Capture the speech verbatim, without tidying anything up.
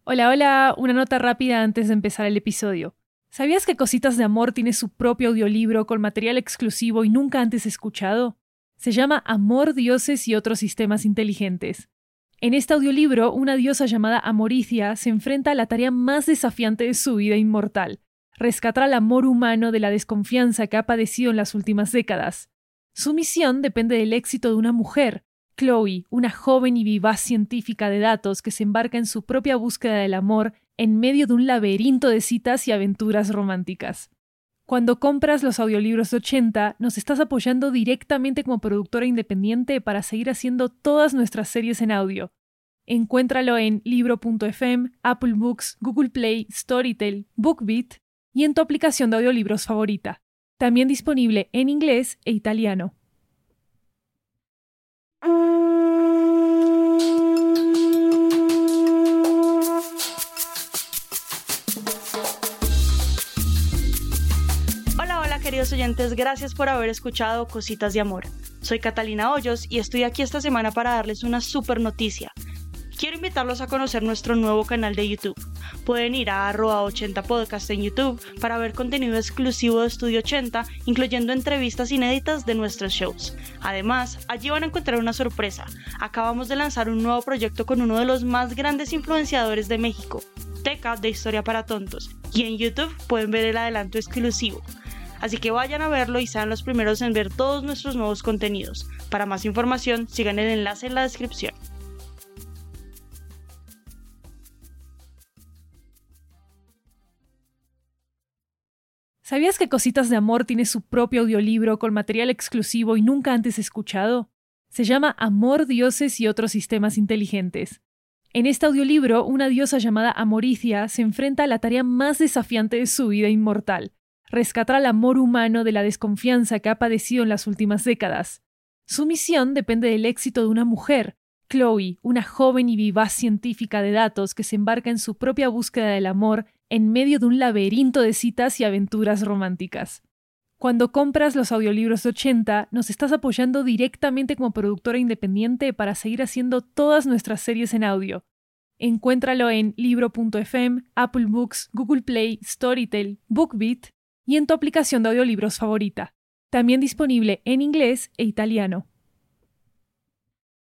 Hola, hola, una nota rápida antes de empezar el episodio. ¿Sabías que Cositas de Amor tiene su propio audiolibro con material exclusivo y nunca antes escuchado? Se llama Amor, Dioses y otros sistemas inteligentes. En este audiolibro, una diosa llamada Amoricia se enfrenta a la tarea más desafiante de su vida inmortal: rescatar al amor humano de la desconfianza que ha padecido en las últimas décadas. Su misión depende del éxito de una mujer, Chloe, una joven y vivaz científica de datos que se embarca en su propia búsqueda del amor en medio de un laberinto de citas y aventuras románticas. Cuando compras los audiolibros de ochenta, nos estás apoyando directamente como productora independiente para seguir haciendo todas nuestras series en audio. Encuéntralo en libro punto efe eme, Apple Books, Google Play, Storytel, BookBeat y en tu aplicación de audiolibros favorita. También disponible en inglés e italiano. Queridos oyentes, gracias por haber escuchado Cositas de Amor. Soy Catalina Hoyos y estoy aquí esta semana para darles una super noticia. Quiero invitarlos a conocer nuestro nuevo canal de YouTube. Pueden ir a arroba ochenta podcast en YouTube para ver contenido exclusivo de Estudio ochenta, incluyendo entrevistas inéditas de nuestros shows. Además, allí van a encontrar una sorpresa. Acabamos de lanzar un nuevo proyecto con uno de los más grandes influenciadores de México, Teca de Historia para Tontos, y en YouTube pueden ver el adelanto exclusivo. Así que vayan a verlo y sean los primeros en ver todos nuestros nuevos contenidos. Para más información, sigan el enlace en la descripción. ¿Sabías que Cositas de Amor tiene su propio audiolibro con material exclusivo y nunca antes escuchado? Se llama Amor, Dioses y otros sistemas inteligentes. En este audiolibro, una diosa llamada Amoricia se enfrenta a la tarea más desafiante de su vida inmortal: rescatar al amor humano de la desconfianza que ha padecido en las últimas décadas. Su misión depende del éxito de una mujer, Chloe, una joven y vivaz científica de datos que se embarca en su propia búsqueda del amor en medio de un laberinto de citas y aventuras románticas. Cuando compras los audiolibros de ochenta, nos estás apoyando directamente como productora independiente para seguir haciendo todas nuestras series en audio. Encuéntralo en libro punto efe eme, Apple Books, Google Play, Storytel, BookBeat y en tu aplicación de audiolibros favorita. También disponible en inglés e italiano.